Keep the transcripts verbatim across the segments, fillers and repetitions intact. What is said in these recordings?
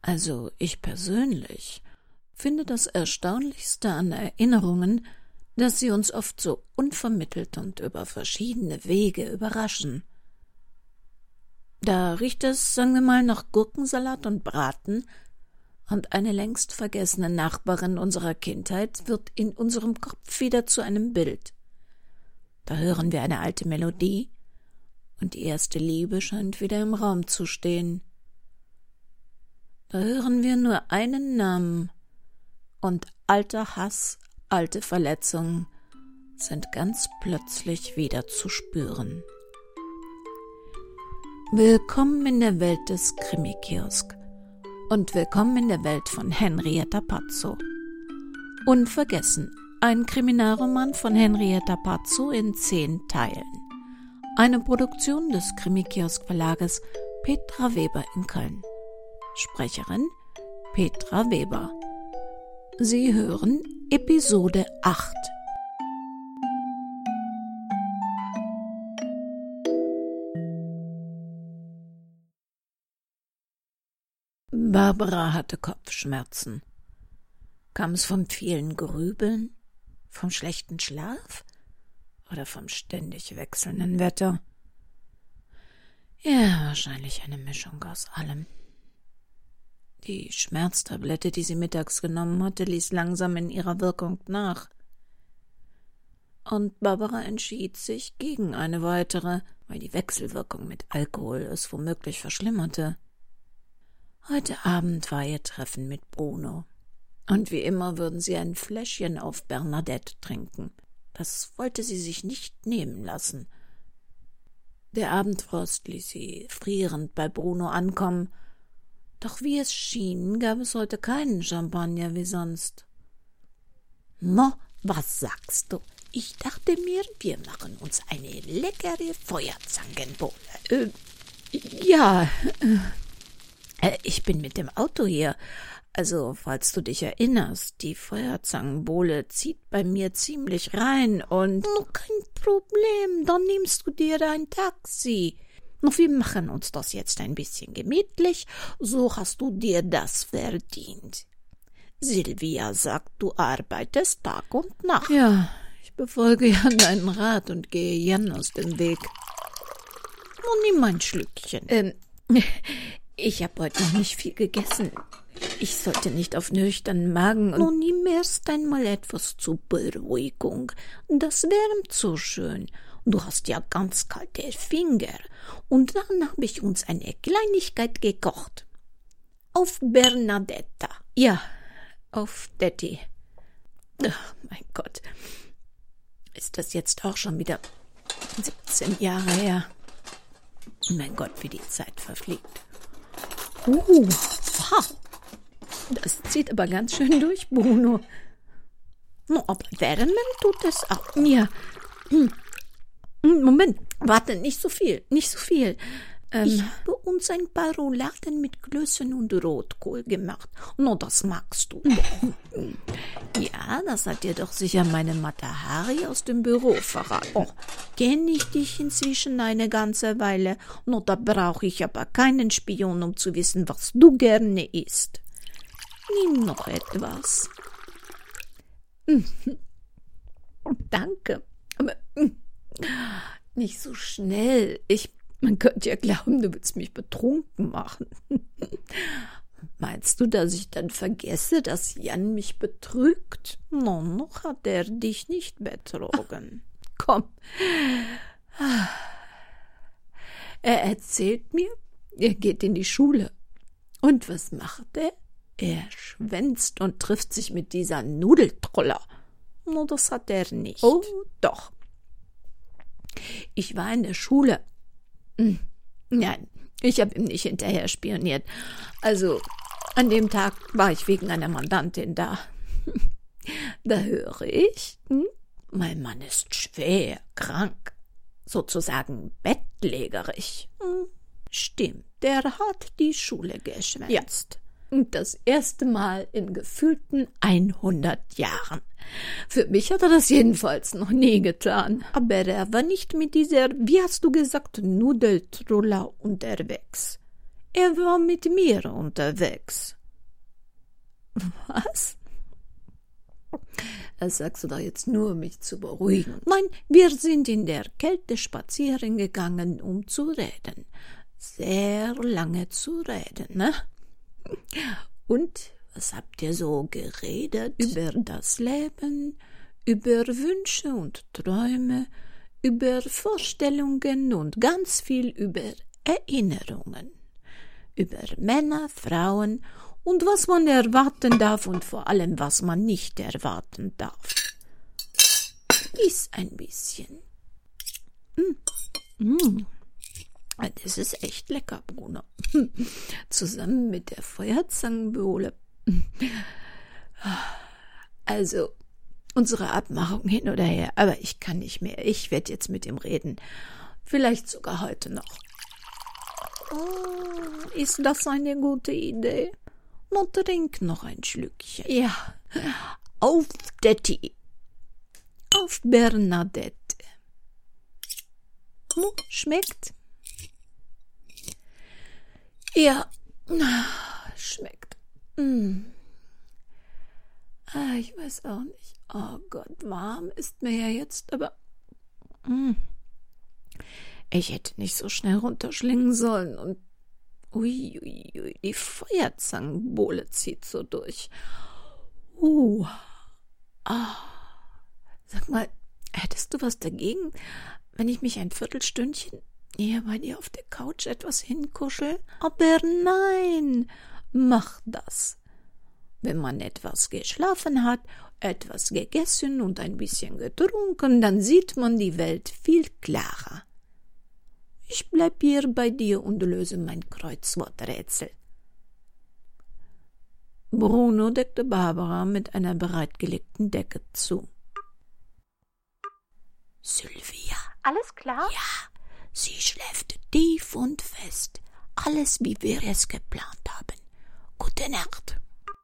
Also ich persönlich finde das Erstaunlichste an Erinnerungen, dass sie uns oft so unvermittelt und über verschiedene Wege überraschen. Da riecht es, sagen wir mal, nach Gurkensalat und Braten, und eine längst vergessene Nachbarin unserer Kindheit wird in unserem Kopf wieder zu einem Bild. Da hören wir eine alte Melodie, und die erste Liebe scheint wieder im Raum zu stehen. Da hören wir nur einen Namen, und alter Hass, alte Verletzungen sind ganz plötzlich wieder zu spüren. Willkommen in der Welt des Krimi-Kiosk und willkommen in der Welt von Henrietta Pazzo. Unvergessen, ein Kriminalroman von Henrietta Pazzo in zehn Teilen. Eine Produktion des Krimi-Kiosk-Verlages Petra Weber in Köln. Sprecherin Petra Weber. Sie hören Episode acht. Barbara hatte Kopfschmerzen. Kam es vom vielen Grübeln, vom schlechten Schlaf oder vom ständig wechselnden Wetter? Ja, wahrscheinlich eine Mischung aus allem. Die Schmerztablette, die sie mittags genommen hatte, ließ langsam in ihrer Wirkung nach. Und Barbara entschied sich gegen eine weitere, weil die Wechselwirkung mit Alkohol es womöglich verschlimmerte. Heute Abend war ihr Treffen mit Bruno. Und wie immer würden sie ein Fläschchen auf Bernadette trinken. Das wollte sie sich nicht nehmen lassen. Der Abendfrost ließ sie frierend bei Bruno ankommen, doch wie es schien, gab es heute keinen Champagner wie sonst. »No, was sagst du? Ich dachte mir, wir machen uns eine leckere Feuerzangenbowle.« Äh, ja, äh, ich bin mit dem Auto hier. Also, falls du dich erinnerst, die Feuerzangenbowle zieht bei mir ziemlich rein und... »No, kein Problem, dann nimmst du dir ein Taxi. Wir machen uns das jetzt ein bisschen gemütlich, so hast du dir das verdient. Silvia sagt, du arbeitest Tag und Nacht.« »Ja, ich befolge ja deinen Rat und gehe Jan aus dem Weg.« »Nun, nimm ein Schlückchen.« Ähm, ich habe heute noch nicht viel gegessen. Ich sollte nicht auf nüchternen Magen und... »Nun, nimm erst einmal etwas zur Beruhigung. Das wärmt so schön. Du hast ja ganz kalte Finger. Und dann habe ich uns eine Kleinigkeit gekocht. Auf Bernadetta.« »Ja, auf Detti. Ach, mein Gott. Ist das jetzt auch schon wieder siebzehn Jahre her? Mein Gott, wie die Zeit verfliegt. Uh, aha. Das zieht aber ganz schön durch, Bruno. No, aber wärmen tut es auch. Ja. Moment, warte, nicht so viel, nicht so viel. Ähm, ich habe uns ein paar Rouladen mit Klößen und Rotkohl gemacht. No, das magst du doch. Ja, das hat dir doch sicher meine Matahari aus dem Büro verraten. Oh, kenne ich dich inzwischen eine ganze Weile. No, da brauche ich aber keinen Spion, um zu wissen, was du gerne isst. Nimm noch etwas. Danke, aber... Nicht so schnell. Ich, man könnte ja glauben, du willst mich betrunken machen. Meinst du, dass ich dann vergesse, dass Jan mich betrügt? No, noch hat er dich nicht betrogen. Komm. Er erzählt mir, er geht in die Schule. Und was macht er? Er schwänzt und trifft sich mit dieser Nudeltroller. No, das hat er nicht. Oh, doch. Ich war in der Schule. Hm. Nein, ich habe ihm nicht hinterher spioniert. Also, an dem Tag war ich wegen einer Mandantin da. Da höre ich, hm, mein Mann ist schwer krank, sozusagen bettlägerig. Hm, stimmt, der hat die Schule geschwänzt. Ja. Und das erste Mal in gefühlten hundert Jahren. Für mich hat er das jedenfalls noch nie getan. Aber er war nicht mit dieser, wie hast du gesagt, Nudeltroller unterwegs. Er war mit mir unterwegs. Was? Das sagst du doch jetzt nur, um mich zu beruhigen. Nein, wir sind in der Kälte spazieren gegangen, um zu reden. Sehr lange zu reden, ne? Und was habt ihr so geredet? Über das Leben, über Wünsche und Träume, über Vorstellungen und ganz viel über Erinnerungen. Über Männer, Frauen und was man erwarten darf und vor allem, was man nicht erwarten darf. Iss ein bisschen. Mm. Mm. Das ist echt lecker, Bruno. Zusammen mit der Feuerzangenbowle. Also, unsere Abmachung hin oder her, aber ich kann nicht mehr. Ich werde jetzt mit ihm reden. Vielleicht sogar heute noch. Oh, ist das eine gute Idee? Na, trink noch ein Schlückchen. Ja, auf Detti. Auf Bernadette. Oh, schmeckt? Ja, schmeckt. Mm. Ah, ich weiß auch nicht. Oh Gott, warm ist mir ja jetzt, aber mm. Ich hätte nicht so schnell runterschlingen sollen und ui, ui, ui, die Feuerzangenbowle zieht so durch. Uh. Ah. Sag mal, hättest du was dagegen, wenn ich mich ein Viertelstündchen hier bei dir auf der Couch etwas hinkuschel? Aber nein, mach das. Wenn man etwas geschlafen hat, etwas gegessen und ein bisschen getrunken, dann sieht man die Welt viel klarer. Ich bleib hier bei dir und löse mein Kreuzworträtsel. Bruno deckte Barbara mit einer bereitgelegten Decke zu. Sylvia. Alles klar? Ja, sie schläft tief und fest. Alles, wie wir es geplant haben. Gute Nacht.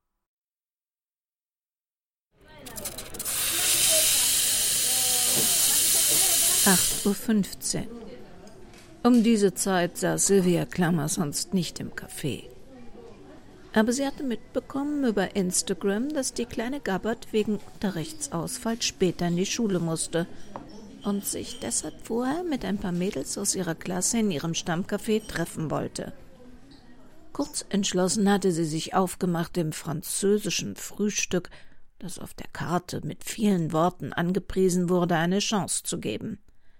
acht Uhr fünfzehn. Um diese Zeit saß Sylvia Klammer sonst nicht im Café. Aber sie hatte mitbekommen über Instagram, dass die kleine Gabbard wegen Unterrichtsausfall später in die Schule musste und sich deshalb vorher mit ein paar Mädels aus ihrer Klasse in ihrem Stammcafé treffen wollte. Kurz entschlossen hatte sie sich aufgemacht, dem französischen Frühstück, das auf der Karte mit vielen Worten angepriesen wurde, eine Chance zu geben.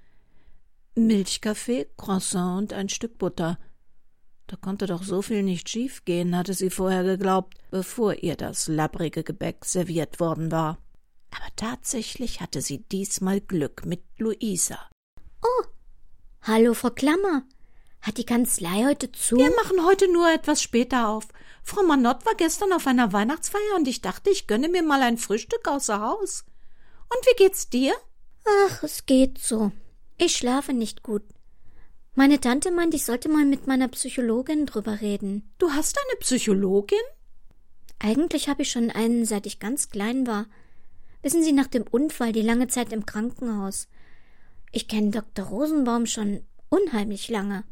Milchkaffee, Croissant und ein Stück Butter. Da konnte doch so viel nicht schiefgehen, hatte sie vorher geglaubt, bevor ihr das labbrige Gebäck serviert worden war. Aber tatsächlich hatte sie diesmal Glück mit Luisa. Oh, hallo Frau Klammer. Hat die Kanzlei heute zu? Wir machen heute nur etwas später auf. Frau Manott war gestern auf einer Weihnachtsfeier und ich dachte, ich gönne mir mal ein Frühstück außer Haus. Und wie geht's dir? Ach, es geht so. Ich schlafe nicht gut. Meine Tante meint, ich sollte mal mit meiner Psychologin drüber reden. Du hast eine Psychologin? Eigentlich habe ich schon einen, seit ich ganz klein war. Wissen Sie, nach dem Unfall, die lange Zeit im Krankenhaus. Ich kenne Doktor Rosenbaum schon unheimlich lange.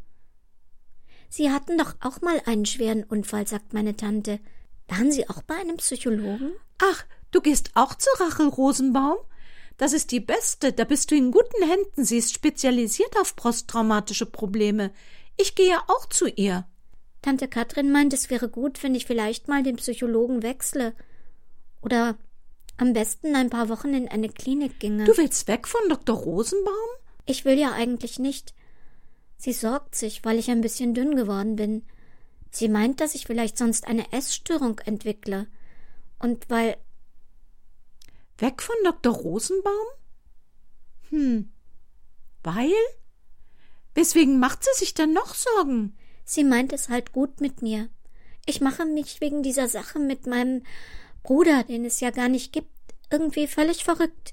Sie hatten doch auch mal einen schweren Unfall, sagt meine Tante. Waren Sie auch bei einem Psychologen? Ach, du gehst auch zu Rachel Rosenbaum? Das ist die Beste, da bist du in guten Händen. Sie ist spezialisiert auf posttraumatische Probleme. Ich gehe auch zu ihr. Tante Katrin meint, es wäre gut, wenn ich vielleicht mal den Psychologen wechsle. Oder am besten ein paar Wochen in eine Klinik ginge. Du willst weg von Doktor Rosenbaum? Ich will ja eigentlich nicht. Sie sorgt sich, weil ich ein bisschen dünn geworden bin. Sie meint, dass ich vielleicht sonst eine Essstörung entwickle. Und weil... Weg von Doktor Rosenbaum? Hm. Weil? Weswegen macht sie sich denn noch Sorgen? Sie meint es halt gut mit mir. Ich mache mich wegen dieser Sache mit meinem Bruder, den es ja gar nicht gibt, irgendwie völlig verrückt.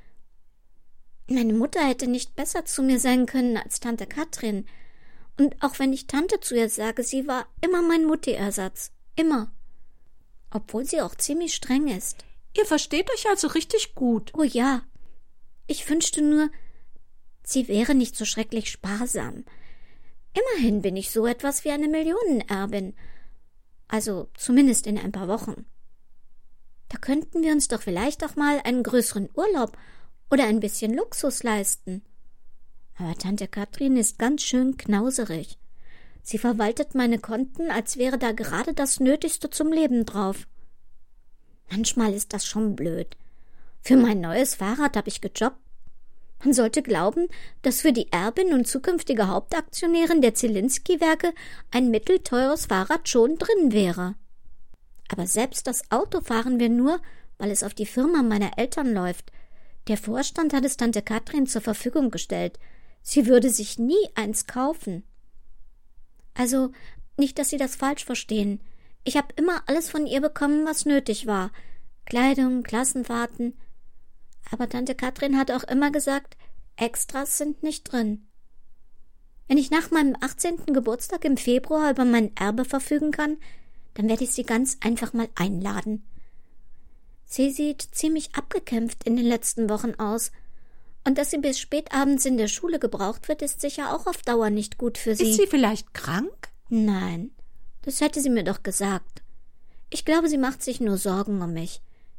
Meine Mutter hätte nicht besser zu mir sein können als Tante Katrin. Und auch wenn ich Tante zu ihr sage, sie war immer mein Mutti-Ersatz. Immer. Obwohl sie auch ziemlich streng ist. Ihr versteht euch also richtig gut. Oh ja. Ich wünschte nur, sie wäre nicht so schrecklich sparsam. Immerhin bin ich so etwas wie eine Millionenerbin. Also zumindest in ein paar Wochen. Da könnten wir uns doch vielleicht auch mal einen größeren Urlaub oder ein bisschen Luxus leisten. Aber Tante Katrin ist ganz schön knauserig. Sie verwaltet meine Konten, als wäre da gerade das Nötigste zum Leben drauf. Manchmal ist das schon blöd. Für mein neues Fahrrad habe ich gejobbt. Man sollte glauben, dass für die Erbin und zukünftige Hauptaktionärin der Zielinski-Werke ein mittelteures Fahrrad schon drin wäre. Aber selbst das Auto fahren wir nur, weil es auf die Firma meiner Eltern läuft. Der Vorstand hat es Tante Katrin zur Verfügung gestellt. Sie würde sich nie eins kaufen. Also, nicht, dass Sie das falsch verstehen. Ich habe immer alles von ihr bekommen, was nötig war. Kleidung, Klassenfahrten. Aber Tante Katrin hat auch immer gesagt, Extras sind nicht drin. Wenn ich nach meinem achtzehnten Geburtstag im Februar über mein Erbe verfügen kann, dann werde ich sie ganz einfach mal einladen. Sie sieht ziemlich abgekämpft in den letzten Wochen aus. Und dass sie bis spätabends in der Schule gebraucht wird, ist sicher auch auf Dauer nicht gut für sie. Ist sie vielleicht krank? Nein, das hätte sie mir doch gesagt. Ich glaube, sie macht sich nur Sorgen um mich.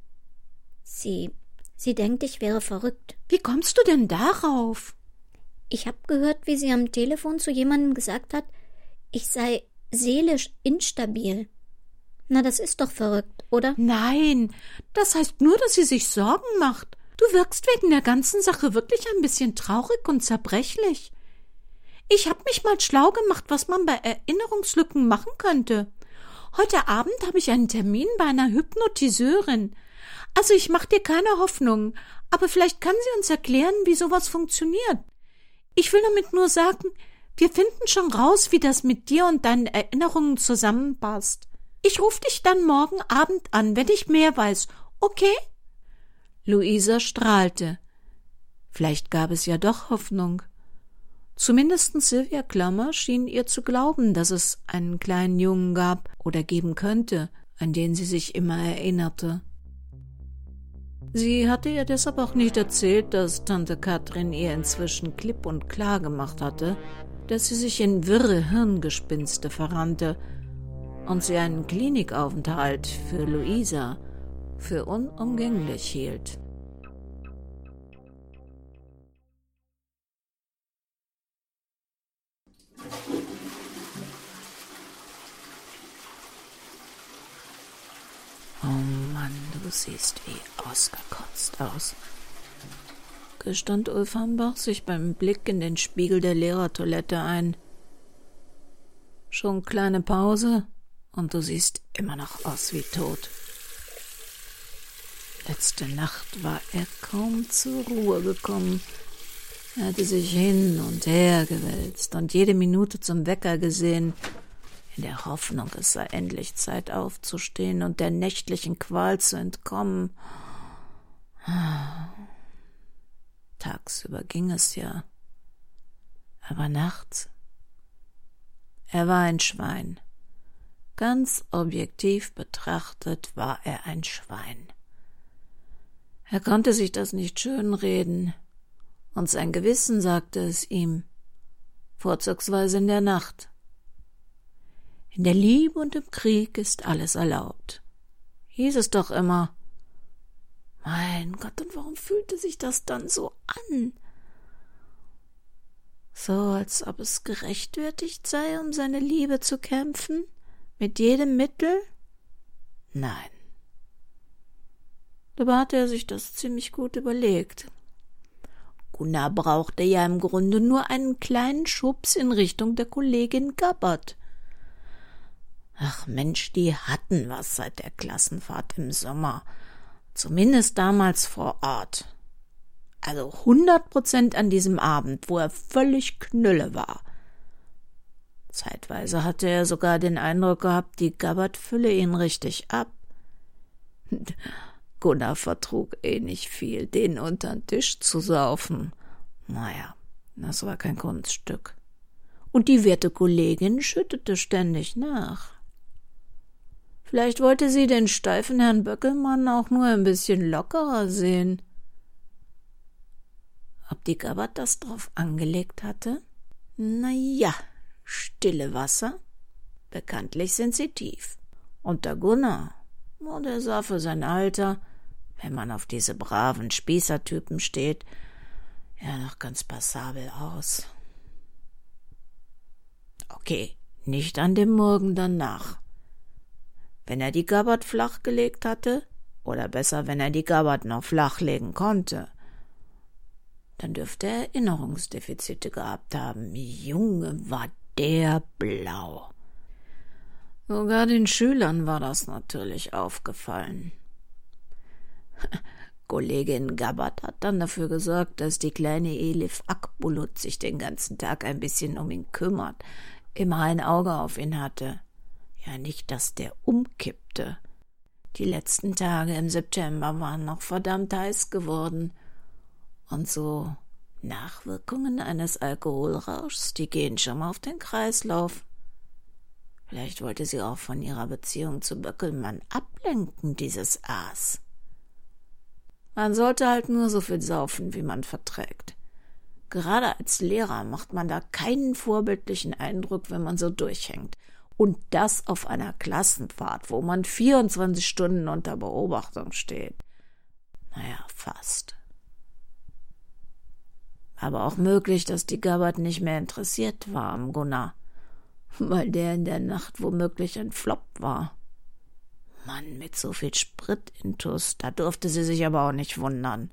Sie, sie denkt, ich wäre verrückt. Wie kommst du denn darauf? Ich habe gehört, wie sie am Telefon zu jemandem gesagt hat, ich sei seelisch instabil. Na, das ist doch verrückt, oder? Nein, das heißt nur, dass sie sich Sorgen macht. Du wirkst wegen der ganzen Sache wirklich ein bisschen traurig und zerbrechlich. Ich hab mich mal schlau gemacht, was man bei Erinnerungslücken machen könnte. Heute Abend habe ich einen Termin bei einer Hypnotiseurin. Also ich mach dir keine Hoffnung, aber vielleicht kann sie uns erklären, wie sowas funktioniert. Ich will damit nur sagen, wir finden schon raus, wie das mit dir und deinen Erinnerungen zusammenpasst. Ich ruf dich dann morgen Abend an, wenn ich mehr weiß, okay? Luisa strahlte. Vielleicht gab es ja doch Hoffnung. Zumindest Sylvia Klammer schien ihr zu glauben, dass es einen kleinen Jungen gab oder geben könnte, an den sie sich immer erinnerte. Sie hatte ihr deshalb auch nicht erzählt, dass Tante Katrin ihr inzwischen klipp und klar gemacht hatte, dass sie sich in wirre Hirngespinste verrannte und sie einen Klinikaufenthalt für Luisa für unumgänglich hielt. Oh Mann, du siehst wie ausgekotzt aus, gestand Ulf Hambach sich beim Blick in den Spiegel der Lehrertoilette ein. Schon kleine Pause und du siehst immer noch aus wie tot. Letzte Nacht war er kaum zur Ruhe gekommen. Er hatte sich hin und her gewälzt und jede Minute zum Wecker gesehen, in der Hoffnung, es sei endlich Zeit aufzustehen und der nächtlichen Qual zu entkommen. Tagsüber ging es ja, aber nachts. Er war ein Schwein. Ganz objektiv betrachtet war er ein Schwein. Er konnte sich das nicht schönreden, und sein Gewissen sagte es ihm, vorzugsweise in der Nacht. In der Liebe und im Krieg ist alles erlaubt, hieß es doch immer. Mein Gott, und warum fühlte sich das dann so an? So, als ob es gerechtfertigt sei, um seine Liebe zu kämpfen, mit jedem Mittel? Nein. Dabei hatte er sich das ziemlich gut überlegt. Gunnar brauchte ja im Grunde nur einen kleinen Schubs in Richtung der Kollegin Gabbard. Ach Mensch, die hatten was seit der Klassenfahrt im Sommer. Zumindest damals vor Ort. Also hundert Prozent an diesem Abend, wo er völlig Knülle war. Zeitweise hatte er sogar den Eindruck gehabt, die Gabbard fülle ihn richtig ab. Gunnar vertrug eh nicht viel, den untern Tisch zu saufen. Naja, das war kein Kunststück. Und die werte Kollegin schüttete ständig nach. Vielleicht wollte sie den steifen Herrn Böckelmann auch nur ein bisschen lockerer sehen. Ob die Gabbard das drauf angelegt hatte? Na ja, Stille Wasser? Bekanntlich sind sie tief. Und der Gunnar, oh, der sah für sein Alter, wenn man auf diese braven Spießertypen steht, ja noch ganz passabel aus. Okay, nicht an dem Morgen danach. Wenn er die Gabbard flachgelegt hatte, oder besser, wenn er die Gabbard noch flachlegen konnte, dann dürfte er Erinnerungsdefizite gehabt haben. Junge, war der blau. Sogar den Schülern war das natürlich aufgefallen. Kollegin Gabbard hat dann dafür gesorgt, dass die kleine Elif Akbulut sich den ganzen Tag ein bisschen um ihn kümmert, immer ein Auge auf ihn hatte. Ja, nicht, dass der umkippte. Die letzten Tage im September waren noch verdammt heiß geworden. Und so Nachwirkungen eines Alkoholrauschs, die gehen schon mal auf den Kreislauf. Vielleicht wollte sie auch von ihrer Beziehung zu Böckelmann ablenken, dieses Aas. Man sollte halt nur so viel saufen, wie man verträgt. Gerade als Lehrer macht man da keinen vorbildlichen Eindruck, wenn man so durchhängt. Und das auf einer Klassenfahrt, wo man vierundzwanzig Stunden unter Beobachtung steht. Naja, fast. Aber auch möglich, dass die Gabbard nicht mehr interessiert war am Gunnar, weil der in der Nacht womöglich ein Flop war. Mann, mit so viel Spritintus, da durfte sie sich aber auch nicht wundern.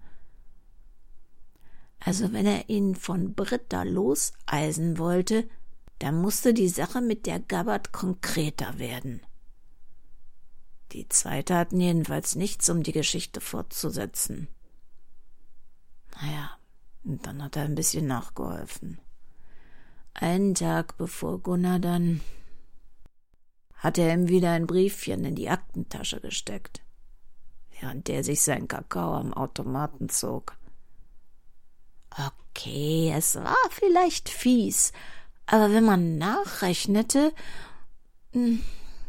Also wenn er ihn von Britta loseisen wollte, dann musste die Sache mit der Gabbard konkreter werden. Die zwei taten jedenfalls nichts, um die Geschichte fortzusetzen. Naja, und dann hat er ein bisschen nachgeholfen. Einen Tag bevor Gunnar dann, hat er ihm wieder ein Briefchen in die Aktentasche gesteckt, während der sich sein Kakao am Automaten zog. Okay, es war vielleicht fies, aber wenn man nachrechnete, und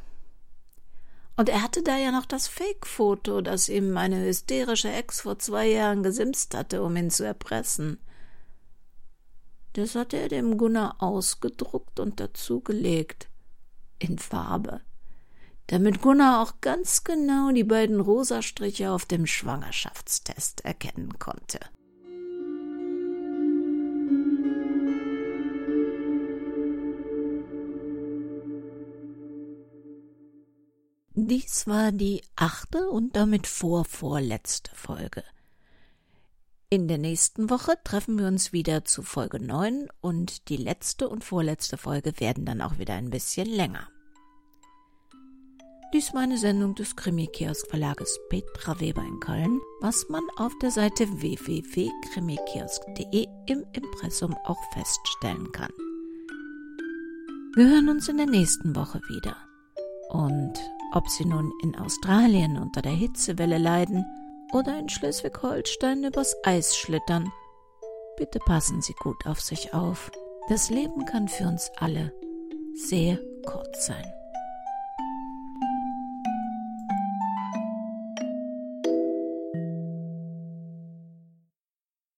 er hatte da ja noch das Fake-Foto, das ihm meine hysterische Ex vor zwei Jahren gesimst hatte, um ihn zu erpressen. Das hatte er dem Gunnar ausgedruckt und dazugelegt, in Farbe, damit Gunnar auch ganz genau die beiden Rosastriche auf dem Schwangerschaftstest erkennen konnte. Dies war die achte und damit vorvorletzte Folge. In der nächsten Woche treffen wir uns wieder zu Folge neun und die letzte und vorletzte Folge werden dann auch wieder ein bisschen länger. Dies war eine Sendung des Krimi-Kiosk-Verlages Petra Weber in Köln, was man auf der Seite w w w punkt krimikiosk punkt de im Impressum auch feststellen kann. Wir hören uns in der nächsten Woche wieder. Und ob Sie nun in Australien unter der Hitzewelle leiden oder in Schleswig-Holstein übers Eis schlittern, bitte passen Sie gut auf sich auf. Das Leben kann für uns alle sehr kurz sein.